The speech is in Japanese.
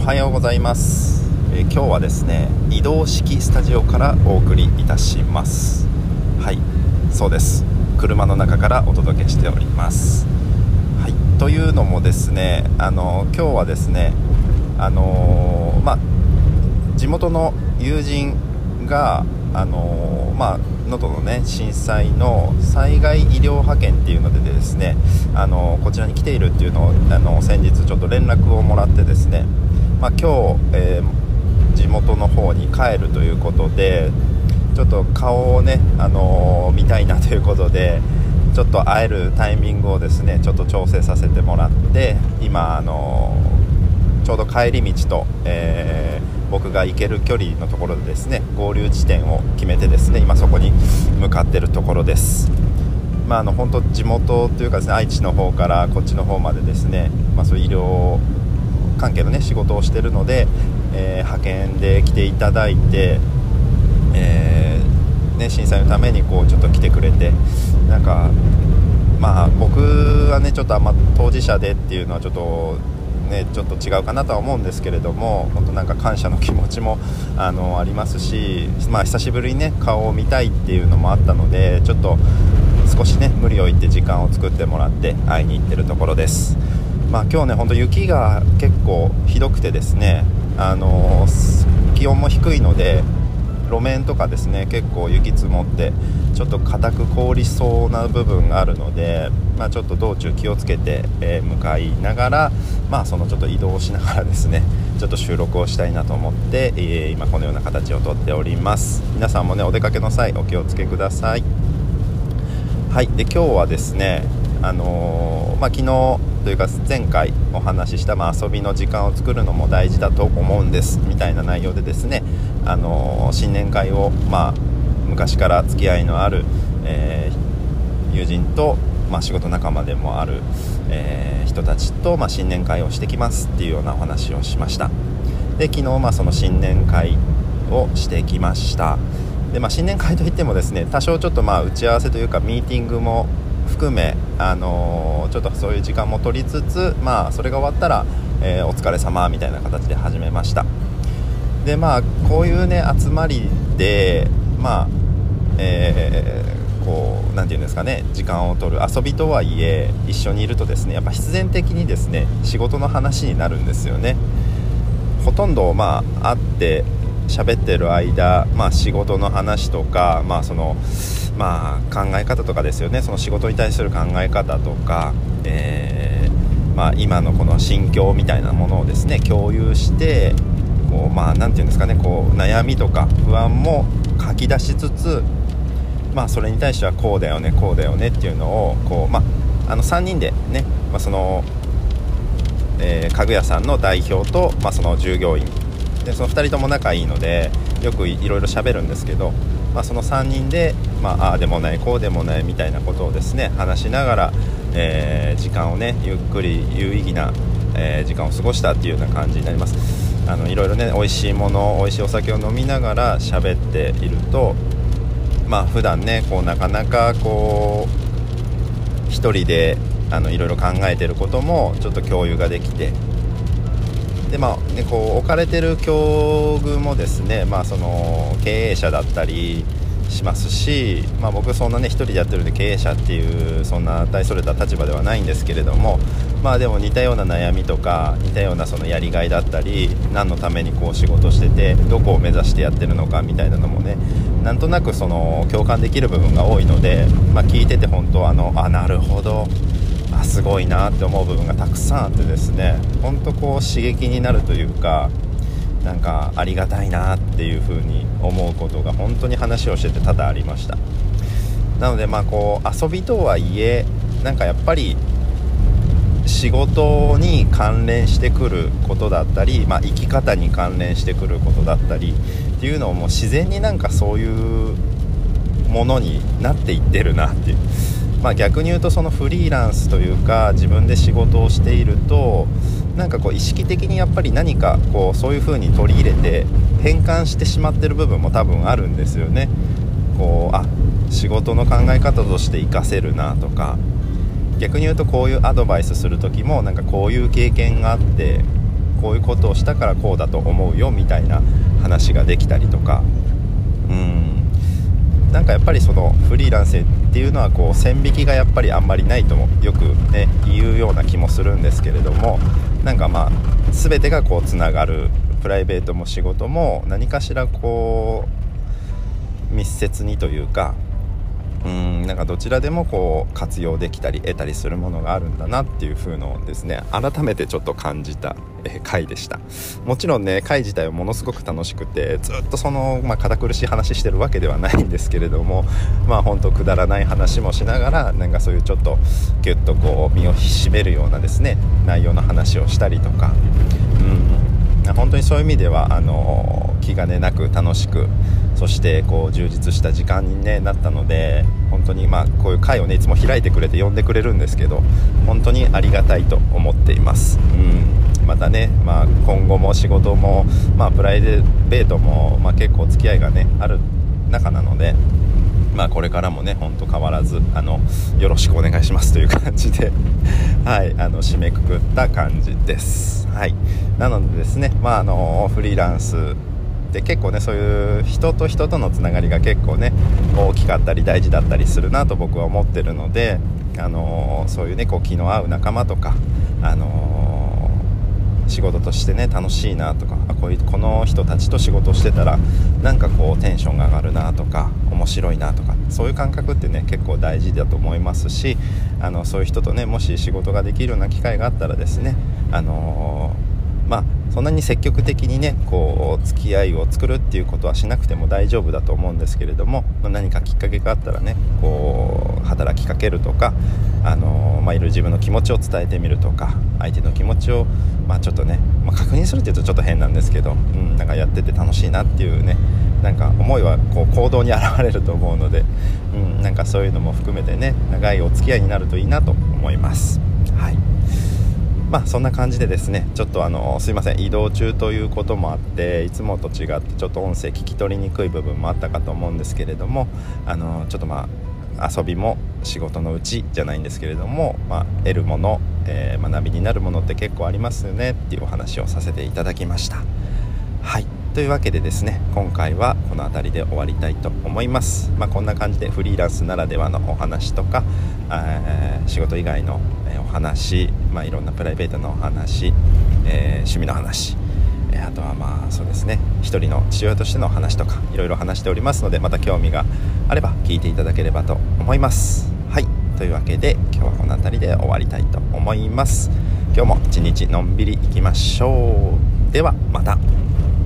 はようございます。今日はですね、移動式スタジオからお送りいたします。はい、そうです。車の中からお届けしております。はい、というのもですね、今日はですね、地元の友人が能登のね震災の災害医療派遣っていうのでですね、こちらに来ているっていうのを先日ちょっと連絡をもらってですね、今日、地元の方に帰るということで、ちょっと顔をね、見たいなということで、ちょっと会えるタイミングをですねちょっと調整させてもらって、今ちょうど帰り道と、僕が行ける距離のところでですね、合流地点を決めてですね、今そこに向かっているところです。本当地元というかですね、愛知の方からこっちの方までですね、そういう医療関係のね仕事をしているので、派遣で来ていただいて、震災のためにこうちょっと来てくれて、なんか僕はねちょっとあんま当事者でっていうのはちょっと違うかなとは思うんですけれども、本当なんか感謝の気持ちもありますし、久しぶりにね顔を見たいっていうのもあったので、ちょっと少しね無理を言って時間を作ってもらって会いに行ってるところです。今日ね本当雪が結構ひどくてですね、気温も低いので路面とかですね結構雪積もってちょっと硬く凍りそうな部分があるので、ちょっと道中気をつけて、向かいながら、そのちょっと移動しながらですねちょっと収録をしたいなと思って、今このような形をとっております。皆さんもねお出かけの際お気をつけください。はい、で今日はですね昨日というか前回お話しした、遊びの時間を作るのも大事だと思うんですみたいな内容でですね、新年会を、昔から付き合いのある、友人と、仕事仲間でもある、人たちと、新年会をしてきますっていうようなお話をしました。で昨日、その新年会をしてきました。で、新年会といってもですね、多少ちょっと打ち合わせというかミーティングも含め、ちょっとそういう時間も取りつつ、それが終わったら、お疲れ様みたいな形で始めました。でこういうね集まりでこうなんていうんですかね、時間を取る遊びとはいえ一緒にいるとですね、やっぱ必然的にですね仕事の話になるんですよね。ほとんど会って喋ってる間、仕事の話とか、その考え方とかですよね。その仕事に対する考え方とか、今のこの心境みたいなものをですね共有して、こうなんていうんですかね、こう悩みとか不安も書き出しつつ、それに対してはこうだよねこうだよねっていうのをこう、3人でね、その、家具屋さんの代表と、その従業員で、その2人とも仲いいのでよくいろいろ喋るんですけど、その3人で、ああでもないこうでもないみたいなことをですね話しながら、時間をねゆっくり有意義な、時間を過ごしたっていうような感じになります。いろいろね美味しいもの美味しいお酒を飲みながら喋っていると、普段ねこうなかなかこう一人でいろいろ考えていることもちょっと共有ができて、でこう置かれてる境遇もですね、その経営者だったりしますし、僕そんなね一人でやってるんで経営者っていうそんな大それた立場ではないんですけれども、でも似たような悩みとか似たようなそのやりがいだったり、何のためにこう仕事しててどこを目指してやってるのかみたいなのもね、なんとなくその共感できる部分が多いので、聞いてて本当なるほど、すごいなって思う部分がたくさんあってですね、本当こう刺激になるというか、なんかありがたいなっていう風に思うことが本当に話をしてて多々ありました。なのでこう遊びとはいえ、なんかやっぱり仕事に関連してくることだったり、生き方に関連してくることだったりっていうのをもう自然になんかそういうものになっていってるなっていう、逆に言うとそのフリーランスというか自分で仕事をしていると、なんかこう意識的にやっぱり何かこうそういう風に取り入れて変換してしまってる部分も多分あるんですよね。こう仕事の考え方として活かせるなとか、逆に言うとこういうアドバイスする時もなんかこういう経験があってこういうことをしたからこうだと思うよみたいな話ができたりとか、なんかやっぱりそのフリーランスっていうのはこう線引きがやっぱりあんまりないともよくね言うような気もするんですけれども、なんかまあ全てがこうつながる、プライベートも仕事も何かしらこう密接にというか、なんかどちらでもこう活用できたり得たりするものがあるんだなっていう風のをですね改めてちょっと感じた回でした。もちろんね回自体はものすごく楽しくて、ずっとその、堅苦しい話してるわけではないんですけれども、本当くだらない話もしながら、なんかそういうちょっとギュッとこう身を引き締めるようなですね内容の話をしたりとか、本当にそういう意味では気兼ねなく楽しく、そしてこう充実した時間に、なったので、本当にこういう会をねいつも開いてくれて呼んでくれるんですけど、本当にありがたいと思っています。またね、今後も仕事も、プライベートも、結構付き合いがねある中なので、これからもね本当変わらずよろしくお願いしますという感じではい締めくくった感じです。はい、なのでですね、フリーランスで結構ねそういう人と人とのつながりが結構ね大きかったり大事だったりするなと僕は思ってるので、そういうねこう気の合う仲間とか、仕事としてね楽しいなとか、この人たちと仕事をしてたらなんかこうテンションが上がるなとか面白いなとか、そういう感覚ってね結構大事だと思いますし、そういう人とねもし仕事ができるような機会があったらですね、そんなに積極的にねこう付き合いを作るっていうことはしなくても大丈夫だと思うんですけれども、何かきっかけがあったらねこう働きかけるとか、いろいろ自分の気持ちを伝えてみるとか、相手の気持ちをちょっとね、確認するっていうとちょっと変なんですけど、なんかやってて楽しいなっていうね、なんか思いはこう行動に現れると思うので、なんかそういうのも含めてね長いお付き合いになるといいなと思います。はい、そんな感じでですね、ちょっとすいません、移動中ということもあっていつもと違ってちょっと音声聞き取りにくい部分もあったかと思うんですけれども、ちょっと遊びも仕事のうちじゃないんですけれども、得るもの、学びになるものって結構ありますよねっていうお話をさせていただきました。はい、というわけでですね、今回はこの辺りで終わりたいと思います。こんな感じでフリーランスならではのお話とか、仕事以外のお話、いろんなプライベートのお話、趣味の話、あとはそうですね、一人の父親としての話とかいろいろ話しておりますので、また興味があれば聞いていただければと思います。はい、というわけで今日はこの辺りで終わりたいと思います。今日も一日のんびりいきましょう。ではまた。